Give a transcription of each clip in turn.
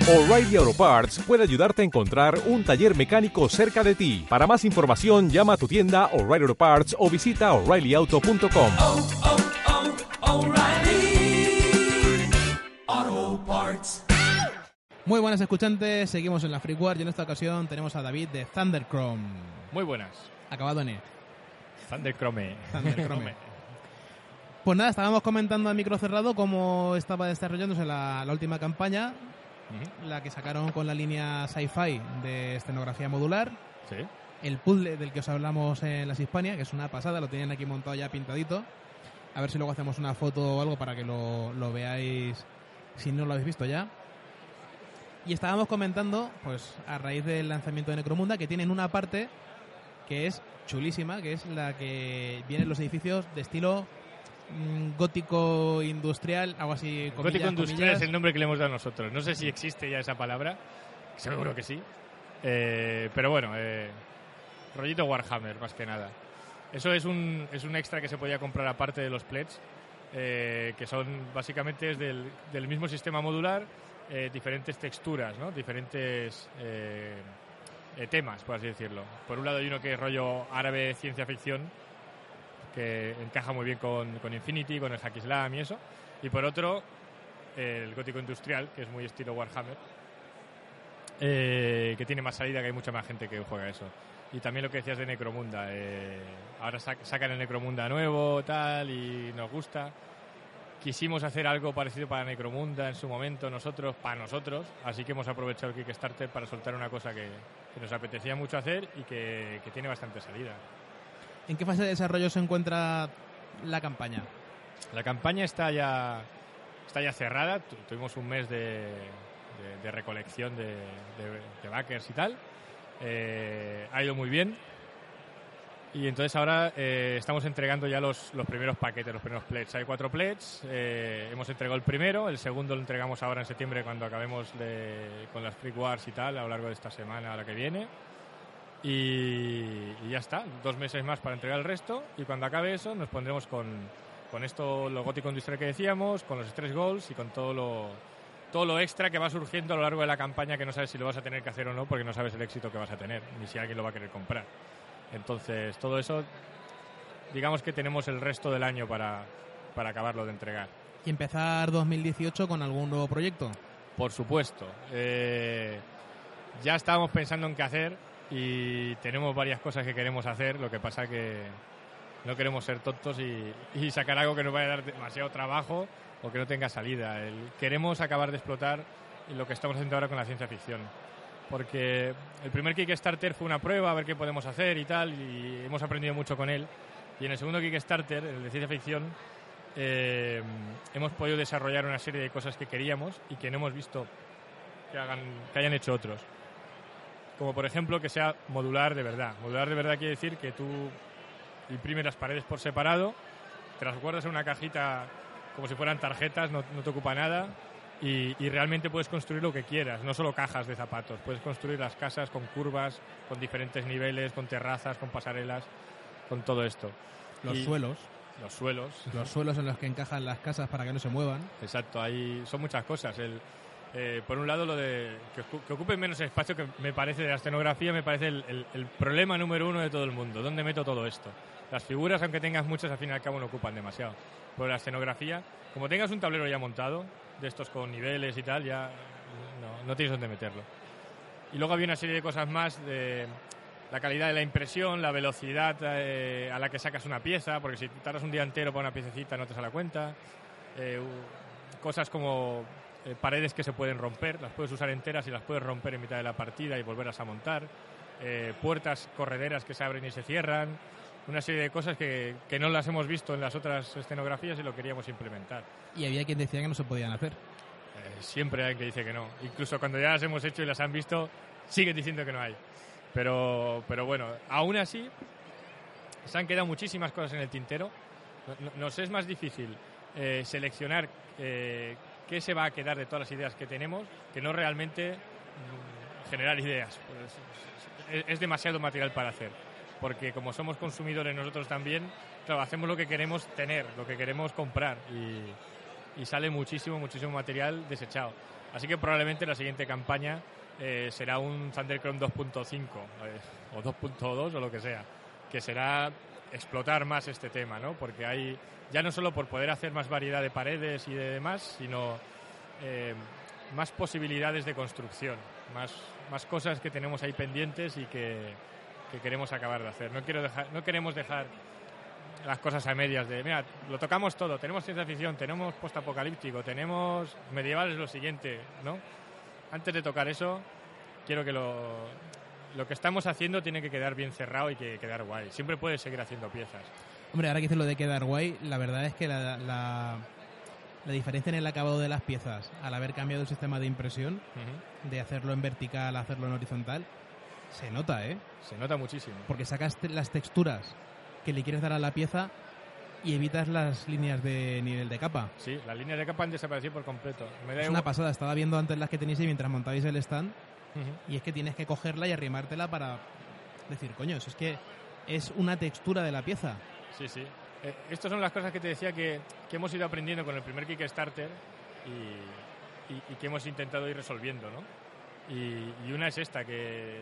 O'Reilly Auto Parts puede ayudarte a encontrar un taller mecánico cerca de ti. Para más información, llama a tu tienda O'Reilly Auto Parts o visita O'ReillyAuto.com. O'Reilly Auto Parts. Muy buenas escuchantes, seguimos en la Freeware y en esta ocasión tenemos a David de Thunderchrome. Muy buenas. Acabado en E. Thunderchrome. Pues nada, estábamos comentando a micro cerrado cómo estaba desarrollándose la última campaña, la que sacaron con la línea Sci-Fi de escenografía modular. Sí. El puzzle del que os hablamos en las Hispania, que es una pasada, lo tenían aquí montado ya pintadito. A ver si luego hacemos una foto o algo para que lo veáis si no lo habéis visto ya. Y estábamos comentando, pues a raíz del lanzamiento de Necromunda, que tienen una parte que es chulísima, que es la que vienen los edificios de estilo gótico industrial, algo así. Comillas, Gótico industrial comillas. es el nombre que le hemos dado nosotros. No sé si existe ya esa palabra. Seguro que sí. Pero bueno, rollito Warhammer, más que nada. Eso es un extra que se podía comprar aparte de los pledges, que son básicamente es del mismo sistema modular, diferentes texturas, ¿no? Diferentes temas, por así decirlo. Por un lado hay uno que es rollo árabe ciencia ficción, que encaja muy bien con Infinity, con el Hack Islam y eso. Y por otro, el gótico industrial, que es muy estilo Warhammer, que tiene más salida, que hay mucha más gente que juega eso. Y también lo que decías de Necromunda. Ahora sacan el Necromunda nuevo, tal, y nos gusta. Quisimos hacer algo parecido para Necromunda en su momento, para nosotros. Así que hemos aprovechado el Kickstarter para soltar una cosa que nos apetecía mucho hacer y que tiene bastante salida. ¿En qué fase de desarrollo se encuentra la campaña? La campaña está ya cerrada. Tuvimos un mes de recolección de backers y tal. Ha ido muy bien. Y entonces ahora estamos entregando ya los primeros paquetes, los primeros pledges. Hay 4 pledges. Hemos entregado el primero. El segundo lo entregamos ahora en septiembre, cuando acabemos con las Free Wars y tal, a lo largo de esta semana, a la que viene. Y ya está, 2 meses más para entregar el resto, y cuando acabe eso nos pondremos con esto, lo gótico industrial que decíamos, con los stretch goals y con todo lo extra que va surgiendo a lo largo de la campaña, que no sabes si lo vas a tener que hacer o no, porque no sabes el éxito que vas a tener, ni si alguien lo va a querer comprar. Entonces todo eso, digamos que tenemos el resto del año para acabarlo de entregar. ¿Y empezar 2018 con algún nuevo proyecto? Por supuesto. Ya estábamos pensando en qué hacer, y tenemos varias cosas que queremos hacer. Lo que pasa que no queremos ser tontos y sacar algo que nos vaya a dar demasiado trabajo o que no tenga salida. Queremos acabar de explotar lo que estamos haciendo ahora con la ciencia ficción, porque el primer Kickstarter fue una prueba a ver qué podemos hacer y tal, y hemos aprendido mucho con él. Y en el segundo Kickstarter, el de ciencia ficción, hemos podido desarrollar una serie de cosas que queríamos y que no hemos visto que hayan hecho otros. Como por ejemplo que sea modular de verdad. Modular de verdad quiere decir que tú imprimes las paredes por separado, te las guardas en una cajita como si fueran tarjetas, no te ocupa nada, y realmente puedes construir lo que quieras, no solo cajas de zapatos. Puedes construir las casas con curvas, con diferentes niveles, con terrazas, con pasarelas, con todo esto. Los suelos en los que encajan las casas para que no se muevan. Exacto, son muchas cosas. Por un lado, lo de que ocupen menos espacio, que me parece, de la escenografía, me parece el problema número 1 de todo el mundo. ¿Dónde meto todo esto? Las figuras, aunque tengas muchas, al fin y al cabo no ocupan demasiado. Pero la escenografía, como tengas un tablero ya montado, de estos con niveles y tal, ya no tienes dónde meterlo. Y luego había una serie de cosas más, de la calidad de la impresión, la velocidad a la que sacas una pieza, porque si tardas un día entero para una piececita no te sale a cuenta. Cosas como paredes que se pueden romper, las puedes usar enteras y las puedes romper en mitad de la partida y volverlas a montar. Puertas correderas que se abren y se cierran. Una serie de cosas que no las hemos visto en las otras escenografías y lo queríamos implementar. Y había quien decía que no se podían hacer. Siempre hay quien dice que no. Incluso cuando ya las hemos hecho y las han visto, siguen diciendo que no hay. Pero bueno, aún así se han quedado muchísimas cosas en el tintero. Nos es más difícil seleccionar qué se va a quedar de todas las ideas que tenemos, que no realmente generar ideas. Pues es demasiado material para hacer, porque como somos consumidores nosotros también, claro, hacemos lo que queremos tener, lo que queremos comprar, y sale muchísimo material desechado. Así que probablemente la siguiente campaña será un Thunderchrome 2.5 o 2.2 o lo que sea, que será explotar más este tema, ¿no? Porque hay, ya no solo por poder hacer más variedad de paredes y de demás, sino más posibilidades de construcción, más cosas que tenemos ahí pendientes y que queremos acabar de hacer. No queremos dejar las cosas a medias de, mira, lo tocamos todo, tenemos ciencia ficción, tenemos postapocalíptico, tenemos medieval, es lo siguiente, ¿no? Antes de tocar eso, quiero que lo que estamos haciendo tiene que quedar bien cerrado y que quedar guay. Siempre puedes seguir haciendo piezas. Hombre, ahora que dices lo de quedar guay, la verdad es que la diferencia en el acabado de las piezas, al haber cambiado el sistema de impresión, de hacerlo en vertical a hacerlo en horizontal, se nota, ¿eh? Se nota muchísimo. Porque sacas las texturas que le quieres dar a la pieza y evitas las líneas de nivel de capa. Sí, las líneas de capa han desaparecido por completo. Es una pasada. Estaba viendo antes las que tenéis ahí mientras montabais el stand y es que tienes que cogerla y arrimártela para decir, coño, eso es que es una textura de la pieza. Sí, sí. Estas son las cosas que te decía que hemos ido aprendiendo con el primer Kickstarter y que hemos intentado ir resolviendo, ¿no? Y una es esta, que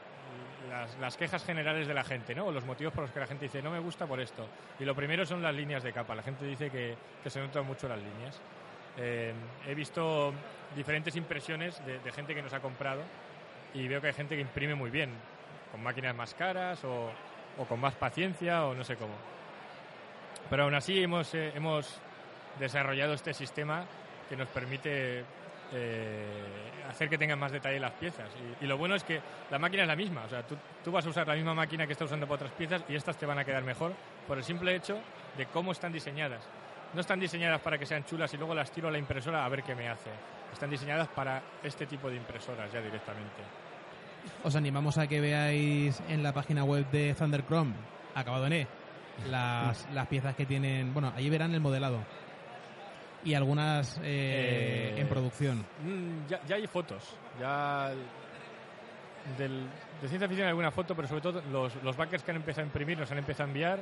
las quejas generales de la gente, ¿no? O los motivos por los que la gente dice, no me gusta por esto. Y lo primero son las líneas de capa. La gente dice que se notan mucho las líneas. He visto diferentes impresiones de gente que nos ha comprado y veo que hay gente que imprime muy bien, con máquinas más caras o con más paciencia o no sé cómo. Pero aún así hemos desarrollado este sistema que nos permite hacer que tengan más detalle las piezas. Y lo bueno es que la máquina es la misma. O sea, tú vas a usar la misma máquina que estás usando para otras piezas y estas te van a quedar mejor por el simple hecho de cómo están diseñadas. No están diseñadas para que sean chulas y luego las tiro a la impresora a ver qué me hace. Están diseñadas para este tipo de impresoras ya directamente. Os animamos a que veáis en la página web de Thunderchrome, acabado en E, las piezas que tienen. Bueno, allí verán el modelado y algunas en producción. Ya hay fotos. Ya de ciencia ficción hay alguna foto, pero sobre todo los backers que han empezado a imprimir nos han empezado a enviar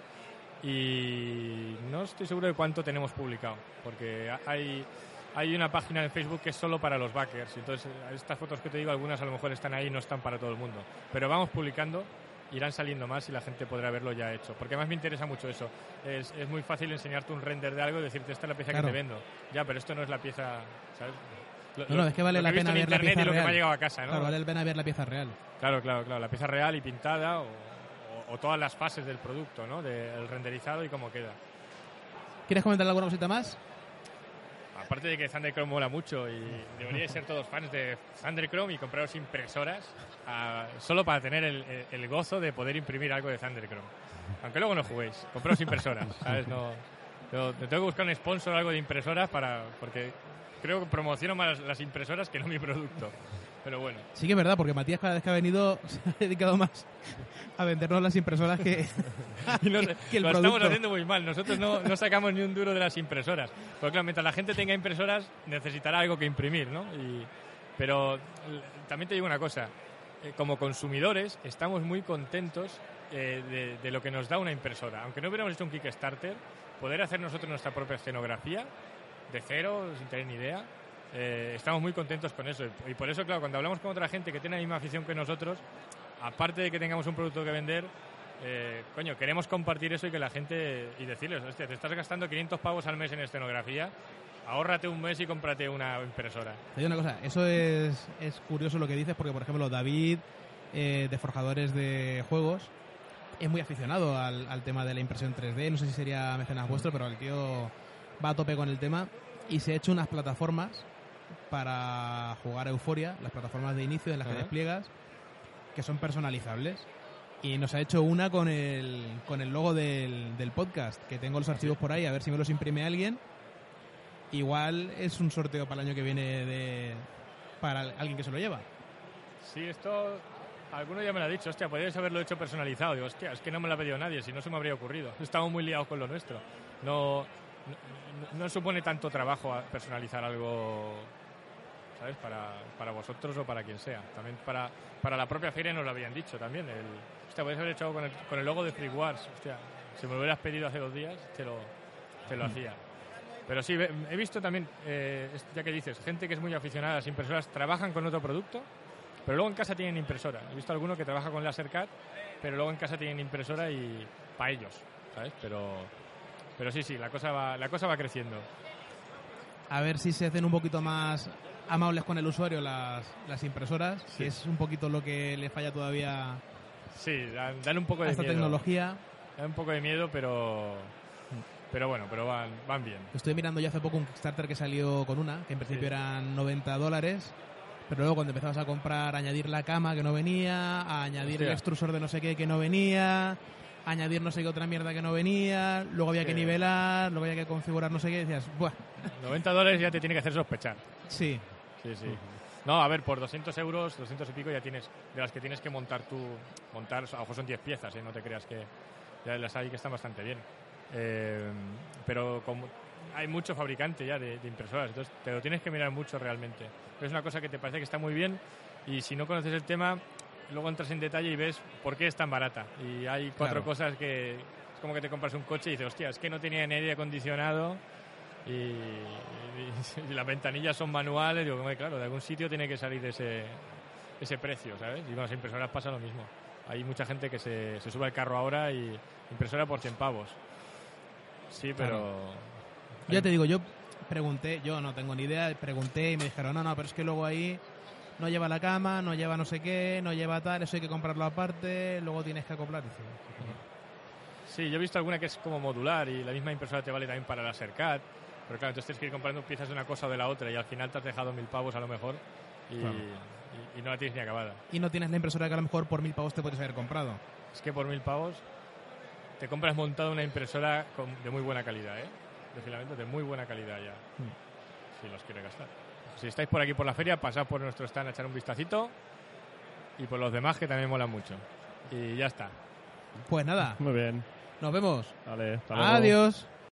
y no estoy seguro de cuánto tenemos publicado, porque hay una página en Facebook que es solo para los backers. Entonces, estas fotos que te digo, algunas a lo mejor están ahí y no están para todo el mundo. Pero vamos publicando, irán saliendo más y la gente podrá verlo ya hecho. Porque además me interesa mucho eso. Es muy fácil enseñarte un render de algo y decirte, esta es la pieza que te vendo. Ya, pero esto no es la pieza, ¿sabes? No, es que vale la pena ver la pieza real. Y lo que me ha llegado a casa, ¿no? Claro, vale la pena ver la pieza real. Claro, la pieza real y pintada o todas las fases del producto, ¿no? Del renderizado y cómo queda. ¿Quieres comentar alguna cosita más? Aparte de que Thunderchrome mola mucho y deberíais ser todos fans de Thunderchrome y compraros impresoras solo para tener el gozo de poder imprimir algo de Thunderchrome. Aunque luego no juguéis, compraros impresoras, ¿sabes? Yo tengo que buscar un sponsor o algo de impresoras porque creo que promociono más las impresoras que no mi producto. Pero bueno. Sí que es verdad, porque Matías cada vez que ha venido se ha dedicado más a vendernos las impresoras que el lo producto. Estamos haciendo muy mal. Nosotros no sacamos ni un duro de las impresoras. Porque claro, mientras la gente tenga impresoras, necesitará algo que imprimir, ¿no? Pero también te digo una cosa. Como consumidores, estamos muy contentos de lo que nos da una impresora. Aunque no hubiéramos hecho un Kickstarter, poder hacer nosotros nuestra propia escenografía de cero, sin tener ni idea. Estamos muy contentos con eso y por eso, claro, cuando hablamos con otra gente que tiene la misma afición que nosotros, aparte de que tengamos un producto que vender, queremos compartir eso y que la gente, y decirles, hostia, te estás gastando 500 pavos al mes en escenografía, ahórrate un mes y cómprate una impresora. Hay una cosa, eso es curioso lo que dices, porque por ejemplo David, de Forjadores de Juegos, es muy aficionado al tema de la impresión 3D, no sé si sería mecenas vuestro, pero el tío va a tope con el tema y se ha hecho unas plataformas para jugar a Euphoria, las plataformas de inicio en las que despliegas, que son personalizables. Y nos ha hecho una con el logo del podcast, que tengo los archivos por ahí, a ver si me los imprime alguien. Igual es un sorteo para el año que viene para alguien que se lo lleva. Sí, esto alguno ya me lo ha dicho, hostia, podríais haberlo hecho personalizado. Digo, hostia, es que no me lo ha pedido nadie, si no se me habría ocurrido. Estamos muy liados con lo nuestro. No supone tanto trabajo personalizar algo, ¿sabes? Para vosotros o para quien sea. También para la propia feria nos lo habían dicho también. Hostia, podéis haber hecho algo con el logo de Free Wars. Hostia, si me lo hubieras pedido hace 2 días, te lo hacía. Pero sí, he visto también, ya que dices, gente que es muy aficionada a las impresoras, trabajan con otro producto, pero luego en casa tienen impresora. He visto alguno que trabaja con LaserCAD, pero luego en casa tienen impresora y para ellos, ¿sabes? Pero sí, la cosa va creciendo. A ver si se hacen un poquito más amables con el usuario las impresoras, Sí. que es un poquito lo que le falla todavía Sí, dan un poco a de esta miedo. tecnología. Dan un poco de miedo, pero bueno, pero van bien. Estoy mirando ya hace poco un Kickstarter que salió con una, que en principio eran $90, pero luego cuando empezabas a comprar, añadir la cama que no venía, a añadir Hostia. el extrusor de no sé qué que no venía, añadir no sé qué otra mierda que no venía, luego había que Sí. nivelar, luego había que configurar no sé qué, y decías, ¡buah! $90 ya te tiene que hacer sospechar. Sí, Sí. No, a ver, por 200 euros, 200 y pico ya tienes, de las que tienes que montar tú, a lo mejor son 10 piezas, no te creas que ya las hay que están bastante bien. Pero como hay mucho fabricante ya de impresoras, entonces te lo tienes que mirar mucho realmente. Pero es una cosa que te parece que está muy bien y si no conoces el tema, luego entras en detalle y ves por qué es tan barata. Y hay 4 Claro. cosas que es como que te compras un coche y dices, hostia, es que no tenía ni aire acondicionado y las ventanillas son manuales. Digo, hombre, claro, de algún sitio tiene que salir ese precio, ¿sabes? Y con las impresoras pasa lo mismo. Hay mucha gente que se sube al carro ahora y impresora por 100 pavos. Sí, pero... ya te digo, yo pregunté, yo no tengo ni idea, pregunté y me dijeron, no, pero es que luego ahí no lleva la cama, no lleva no sé qué, no lleva tal, eso hay que comprarlo aparte, luego tienes que acoplar. Sí, yo he visto alguna que es como modular y la misma impresora te vale también para la LaserCAD. Pero claro, entonces tienes que ir comprando piezas de una cosa o de la otra y al final te has dejado 1.000 pavos a lo mejor y, Claro. y no la tienes ni acabada. Y no tienes la impresora que a lo mejor por 1.000 pavos te puedes haber comprado. Es que por 1.000 pavos te compras montado una impresora de muy buena calidad, ¿eh? De filamentos de muy buena calidad ya. Si los quieres gastar. Si estáis por aquí por la feria, pasad por nuestro stand a echar un vistacito y por los demás que también molan mucho. Y ya está. Pues nada, Muy bien. nos vemos. Vale, hasta luego. Adiós.